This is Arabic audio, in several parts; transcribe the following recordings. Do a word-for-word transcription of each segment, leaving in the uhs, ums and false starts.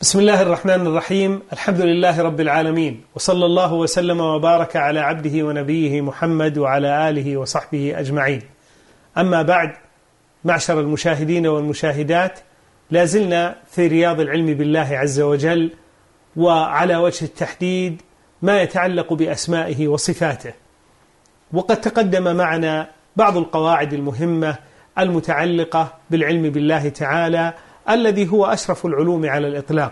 بسم الله الرحمن الرحيم. الحمد لله رب العالمين، وصلى الله وسلم وبارك على عبده ونبيه محمد وعلى آله وصحبه أجمعين. أما بعد، معشر المشاهدين والمشاهدات، لازلنا في رياض العلم بالله عز وجل، وعلى وجه التحديد ما يتعلق بأسمائه وصفاته. وقد تقدم معنا بعض القواعد المهمة المتعلقة بالعلم بالله تعالى الذي هو أشرف العلوم على الإطلاق.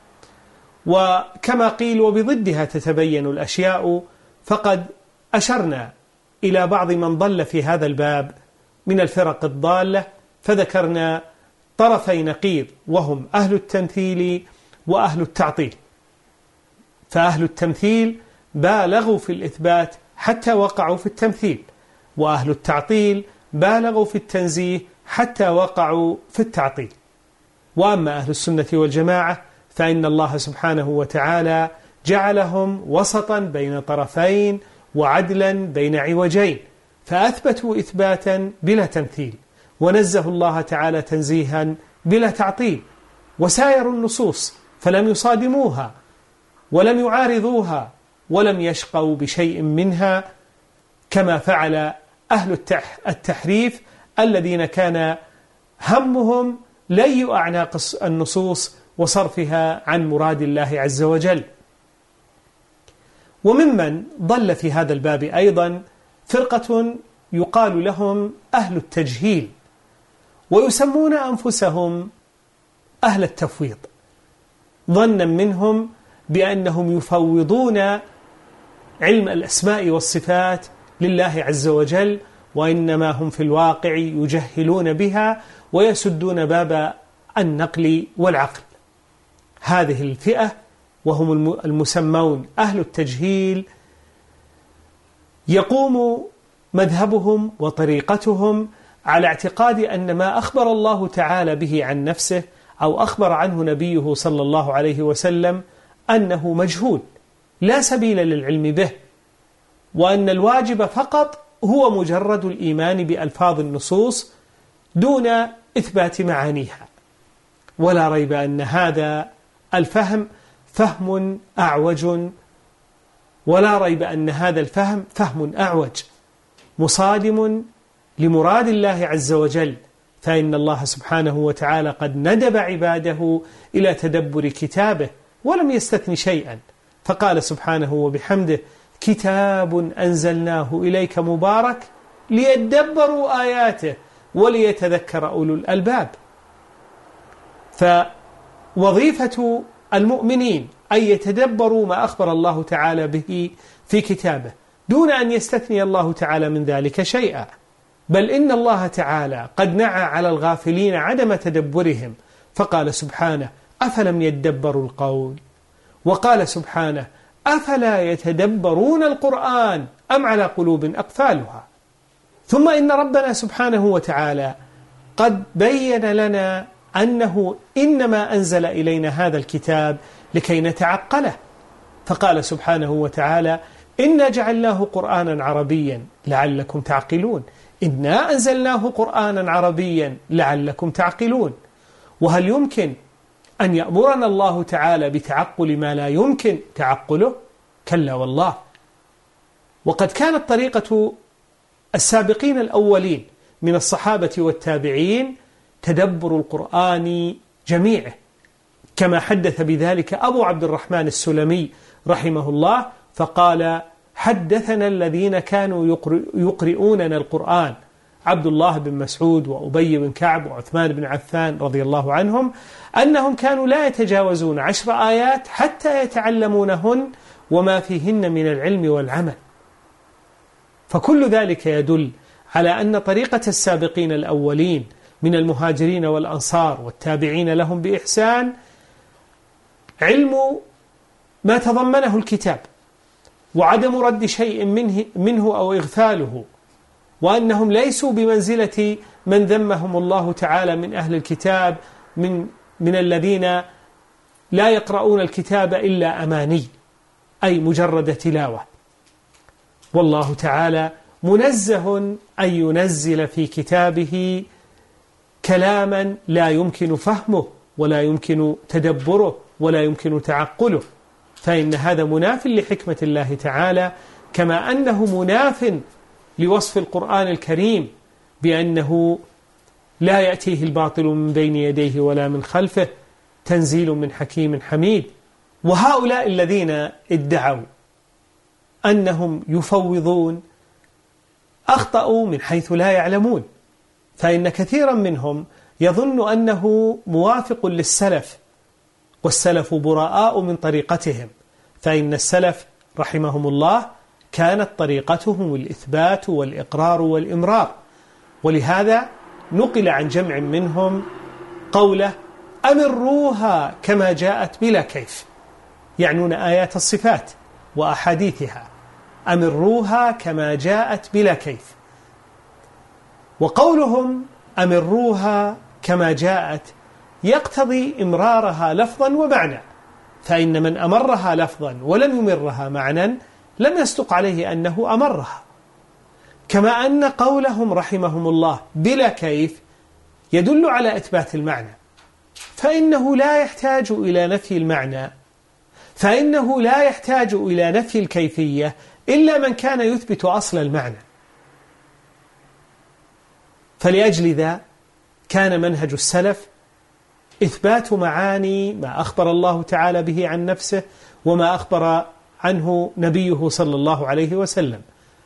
وكما قيل وبضدها تتبين الأشياء، فقد أشرنا إلى بعض من ضل في هذا الباب من الفرق الضالة، فذكرنا طرفي نقيض وهم أهل التمثيل وأهل التعطيل. فأهل التمثيل بالغوا في الإثبات حتى وقعوا في التمثيل، وأهل التعطيل بالغوا في التنزيه حتى وقعوا في التعطيل. وأما أهل السنة والجماعة فإن الله سبحانه وتعالى جعلهم وسطا بين طرفين وعدلا بين عوجين، فأثبتوا إثباتا بلا تمثيل، ونزه الله تعالى تنزيها بلا تعطيل، وسايروا النصوص فلم يصادموها ولم يعارضوها ولم يشقوا بشيء منها، كما فعل أهل التحريف الذين كان همهم لي أعناق النصوص وصرفها عن مراد الله عز وجل. وممن ضل في هذا الباب أيضا فرقة يقال لهم أهل التجهيل، ويسمون أنفسهم أهل التفويض، ظنا منهم بأنهم يفوضون علم الأسماء والصفات لله عز وجل، وإنما هم في الواقع يجهلون بها ويسدون باب النقل والعقل. هذه الفئة وهم المسمون أهل التجهيل يقوم مذهبهم وطريقتهم على اعتقاد أن ما أخبر الله تعالى به عن نفسه أو أخبر عنه نبيه صلى الله عليه وسلم أنه مجهول لا سبيل للعلم به، وأن الواجب فقط هو مجرد الإيمان بألفاظ النصوص دون إثبات معانيها. ولا ريب أن هذا الفهم فهم أعوج، ولا ريب أن هذا الفهم فهم أعوج مصادم لمراد الله عز وجل، فإن الله سبحانه وتعالى قد ندب عباده إلى تدبر كتابه ولم يستثن شيئا، فقال سبحانه وبحمده: كتاب أنزلناه إليك مبارك ليدبروا آياته وليتذكر أولو الألباب. فوظيفة المؤمنين أن يتدبروا ما أخبر الله تعالى به في كتابه دون أن يستثني الله تعالى من ذلك شيئا، بل إن الله تعالى قد نعى على الغافلين عدم تدبرهم، فقال سبحانه: أفلم يدبروا القول، وقال سبحانه: أفلا يتدبرون القرآن أم على قلوب أقفالها. ثم إن ربنا سبحانه وتعالى قد بين لنا أنه إنما أنزل إلينا هذا الكتاب لكي نتعقله، فقال سبحانه وتعالى: إنا جعلناه قرآنا عربيا لعلكم تعقلون، إنا أنزلناه قرآنا عربيا لعلكم تعقلون. وهل يمكن أن يأمرنا الله تعالى بتعقل ما لا يمكن تعقله؟ كلا والله. وقد كانت طريقة السابقين الأولين من الصحابة والتابعين تدبر القرآن جميعه، كما حدث بذلك أبو عبد الرحمن السلمي رحمه الله، فقال: حدثنا الذين كانوا يقرؤوننا القرآن، عبد الله بن مسعود وأبي بن كعب وعثمان بن عفان رضي الله عنهم، أنهم كانوا لا يتجاوزون عشر آيات حتى يتعلمونهن وما فيهن من العلم والعمل. فكل ذلك يدل على أن طريقة السابقين الأولين من المهاجرين والأنصار والتابعين لهم بإحسان علم ما تضمنه الكتاب، وعدم رد شيء منه, منه أو إغفاله، وأنهم ليسوا بمنزلة من ذمهم الله تعالى من أهل الكتاب من, من الذين لا يقرؤون الكتاب إلا أماني، أي مجرد تلاوة. والله تعالى منزه أن ينزل في كتابه كلاما لا يمكن فهمه ولا يمكن تدبره ولا يمكن تعقله، فإن هذا مناف لحكمة الله تعالى، كما أنه مناف لوصف القرآن الكريم بأنه لا يأتيه الباطل من بين يديه ولا من خلفه، تنزيل من حكيم حميد. وهؤلاء الذين ادعوا أنهم يفوضون أخطأوا من حيث لا يعلمون، فإن كثيرا منهم يظن أنه موافق للسلف، والسلف براء من طريقتهم، فإن السلف رحمهم الله كانت طريقتهم الإثبات والإقرار والإمرار. ولهذا نقل عن جمع منهم قوله أمروها كما جاءت بلا كيف، يعنون آيات الصفات وأحاديثها، أمروها كما جاءت بلا كيف. وقولهم أمروها كما جاءت يقتضي إمرارها لفظا ومعنى، فإن من أمرها لفظا ولم يمرها معنى لم يصدق عليه أنه أمرها. كما أن قولهم رحمهم الله بلا كيف يدل على إثبات المعنى، فإنه لا يحتاج إلى نفي المعنى، فإنه لا يحتاج إلى نفي الكيفية إلا من كان يثبت أصل المعنى. فلأجل ذا كان منهج السلف إثبات معاني ما أخبر الله تعالى به عن نفسه وما أخبر عنه نبيه صلى الله عليه وسلم.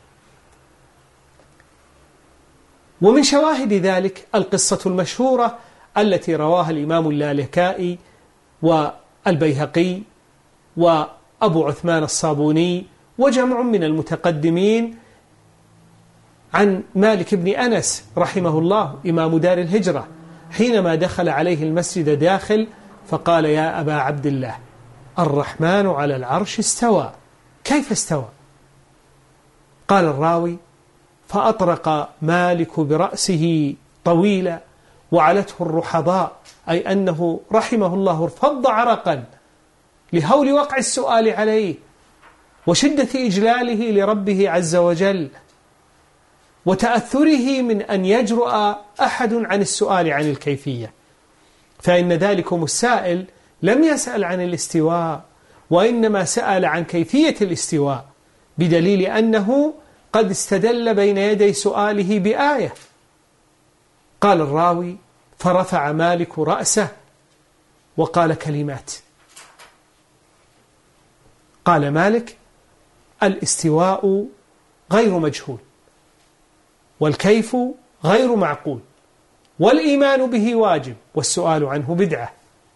ومن شواهد ذلك القصة المشهورة التي رواها الإمام اللالكائي والبيهقي وأبو عثمان الصابوني وجمع من المتقدمين عن مالك بن أنس رحمه الله إمام دار الهجرة، حينما دخل عليه المسجد داخل فقال يا أبا عبد الله الرحمن على العرش استوى، كيف استوى؟ قال الراوي فأطرق مالك برأسه طويلا وعلته الرحضاء، أي أنه رحمه الله ارفض عرقا لهول وقع السؤال عليه وشدة إجلاله لربه عز وجل وتأثره من أن يجرؤ أحد عن السؤال عن الكيفية، فإن ذلكم السائل لم يسأل عن الاستواء وإنما سأل عن كيفية الاستواء، بدليل أنه قد استدل بين يدي سؤاله بآية. قال الراوي فرفع مالك رأسه وقال كلمات، قال مالك الاستواء غير مجهول، والكيف غير معقول، والإيمان به واجب، والسؤال عنه بدعة.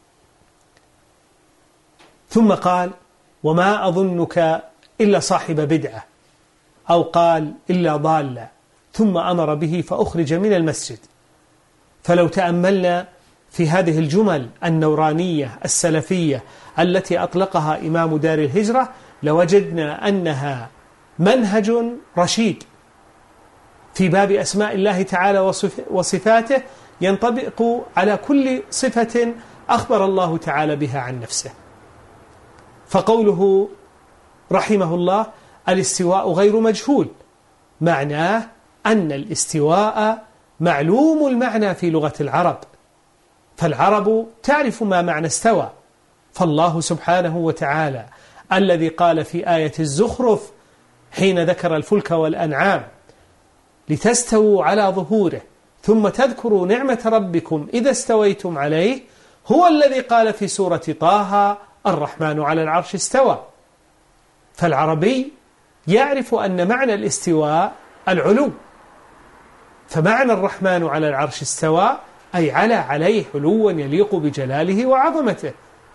ثم قال وما أظنك إلا صاحب بدعة، أو قال إلا ضالة، ثم أمر به فأخرج من المسجد. فلو تأملنا في هذه الجمل النورانية السلفية التي أطلقها إمام دار الهجرة لوجدنا أنها منهج رشيد في باب أسماء الله تعالى وصفاته، ينطبق على كل صفة أخبر الله تعالى بها عن نفسه. فقوله رحمه الله الاستواء غير مجهول معناه أن الاستواء معلوم المعنى في لغة العرب، فالعرب تعرف ما معنى استوى. فالله سبحانه وتعالى الذي قال في آية الزخرف حين ذكر الفلك والأنعام لتستووا على ظهوره ثم تذكروا نعمة ربكم إذا استويتم عليه، هو الذي قال في سورة طه الرحمن على العرش استوى. فالعربي يعرف أن معنى الاستواء العلو، فمعنى الرحمن على العرش استوى أي على عليه علوا يليق بجلاله وعظمته.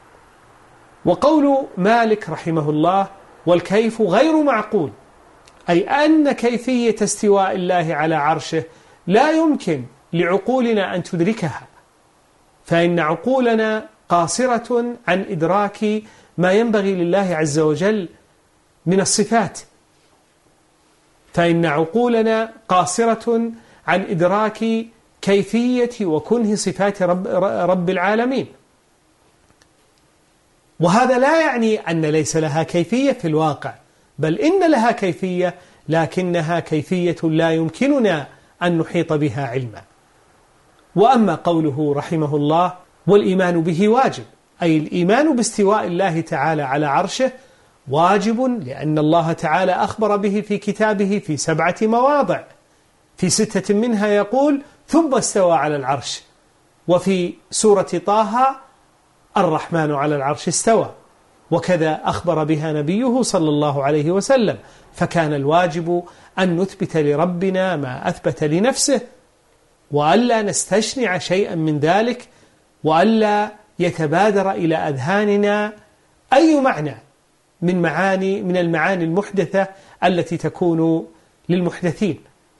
وقول مالك رحمه الله والكيف غير معقول، أي أن كيفية استواء الله على عرشه لا يمكن لعقولنا أن تدركها، فإن عقولنا قاصرة عن إدراك ما ينبغي لله عز وجل من الصفات، فإن عقولنا قاصرة عن إدراك كيفية وكنه صفات رب, رب العالمين. وهذا لا يعني أن ليس لها كيفية في الواقع، بل إن لها كيفية، لكنها كيفية لا يمكننا أن نحيط بها علما. وأما قوله رحمه الله والإيمان به واجب، أي الإيمان باستواء الله تعالى على عرشه واجب، لأن الله تعالى أخبر به في كتابه في سبعة مواضع، في ستة منها يقول ثم استوى على العرش، وفي سورة طه الرحمن على العرش استوى، وكذا أخبر بها نبيه صلى الله عليه وسلم. فكان الواجب أن نثبت لربنا ما أثبت لنفسه، وألا نستشنع شيئا من ذلك، وألا يتبادر إلى أذهاننا أي معنى من معاني من المعاني المحدثة التي تكون للمحدثين.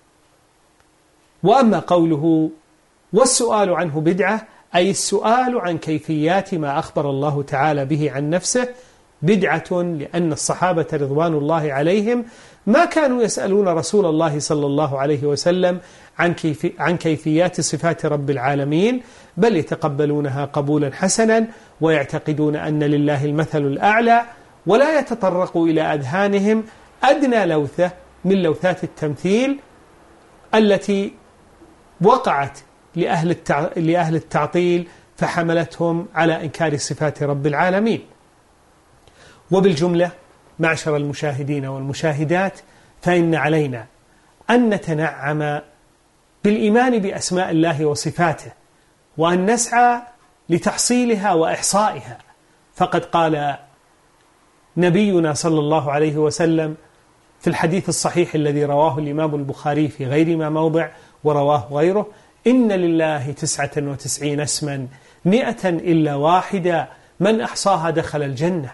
وأما قوله والسؤال عنه بدعة، أي السؤال عن كيفيات ما أخبر الله تعالى به عن نفسه بدعة، لأن الصحابة رضوان الله عليهم ما كانوا يسألون رسول الله صلى الله عليه وسلم عن, كيف عن كيفيات صفات رب العالمين، بل يتقبلونها قبولا حسنا ويعتقدون أن لله المثل الأعلى، ولا يتطرق إلى أذهانهم أدنى لوثة من لوثات التمثيل التي وقعت لأهل, التع... لأهل التعطيل فحملتهم على إنكار صفات رب العالمين. وبالجملة معشر المشاهدين والمشاهدات، فإن علينا أن نتنعم بالإيمان بأسماء الله وصفاته، وأن نسعى لتحصيلها وإحصائها. فقد قال نبينا صلى الله عليه وسلم في الحديث الصحيح الذي رواه الإمام البخاري في غير ما موضع ورواه غيره: إن لله تسعة وتسعين اسما مئة إلا واحدة من أحصاها دخل الجنة.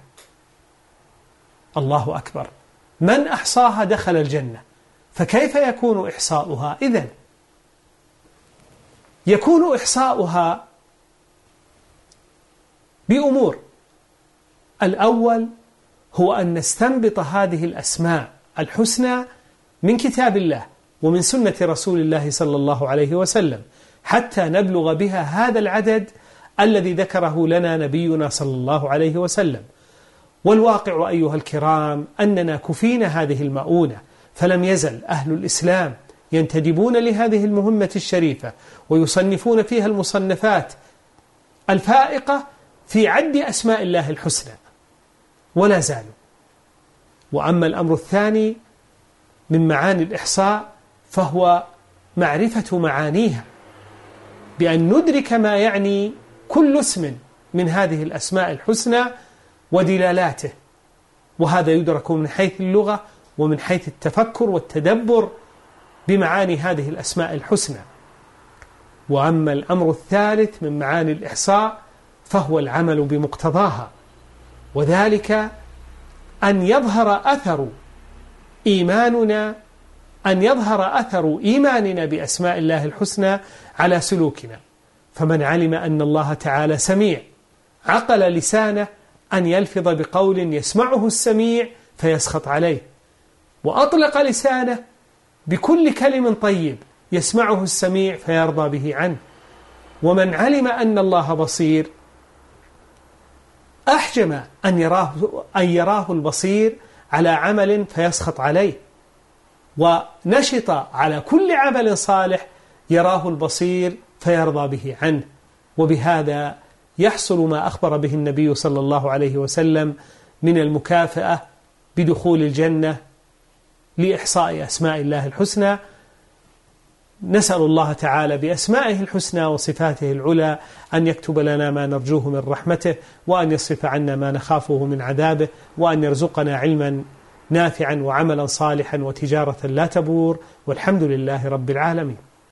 الله أكبر، من أحصاها دخل الجنة. فكيف يكون إحصاؤها إذن؟ يكون إحصاؤها بأمور. الأول هو أن نستنبط هذه الأسماء الحسنى من كتاب الله ومن سنة رسول الله صلى الله عليه وسلم، حتى نبلغ بها هذا العدد الذي ذكره لنا نبينا صلى الله عليه وسلم. والواقع أيها الكرام أننا كفينا هذه المؤونة، فلم يزل أهل الإسلام ينتدبون لهذه المهمة الشريفة ويصنفون فيها المصنفات الفائقة في عد أسماء الله الحسنى، ولا زالوا. وأما الأمر الثاني من معاني الإحصاء فهو معرفة معانيها، بأن ندرك ما يعني كل اسم من هذه الأسماء الحسنى ودلالاته، وهذا يدرك من حيث اللغة ومن حيث التفكر والتدبر بمعاني هذه الأسماء الحسنى. وأما الأمر الثالث من معاني الإحصاء فهو العمل بمقتضاها، وذلك أن يظهر أثر إيماننا أن يظهر أثر إيماننا بأسماء الله الحسنى على سلوكنا. فمن علم أن الله تعالى سميع عقل لسانه أن يلفظ بقول يسمعه السميع فيسخط عليه، وأطلق لسانه بكل كلم طيب يسمعه السميع فيرضى به عنه. ومن علم أن الله بصير أحجم أن يراه, أن يراه البصير على عمل فيسخط عليه، ونشط على كل عمل صالح يراه البصير فيرضى به عنه. وبهذا يحصل ما أخبر به النبي صلى الله عليه وسلم من المكافأة بدخول الجنة لإحصاء أسماء الله الحسنى. نسأل الله تعالى بأسمائه الحسنى وصفاته العلى أن يكتب لنا ما نرجوه من رحمته، وأن يصرف عنا ما نخافه من عذابه، وأن يرزقنا علما نافعا وعملا صالحا وتجارة لا تبور، والحمد لله رب العالمين.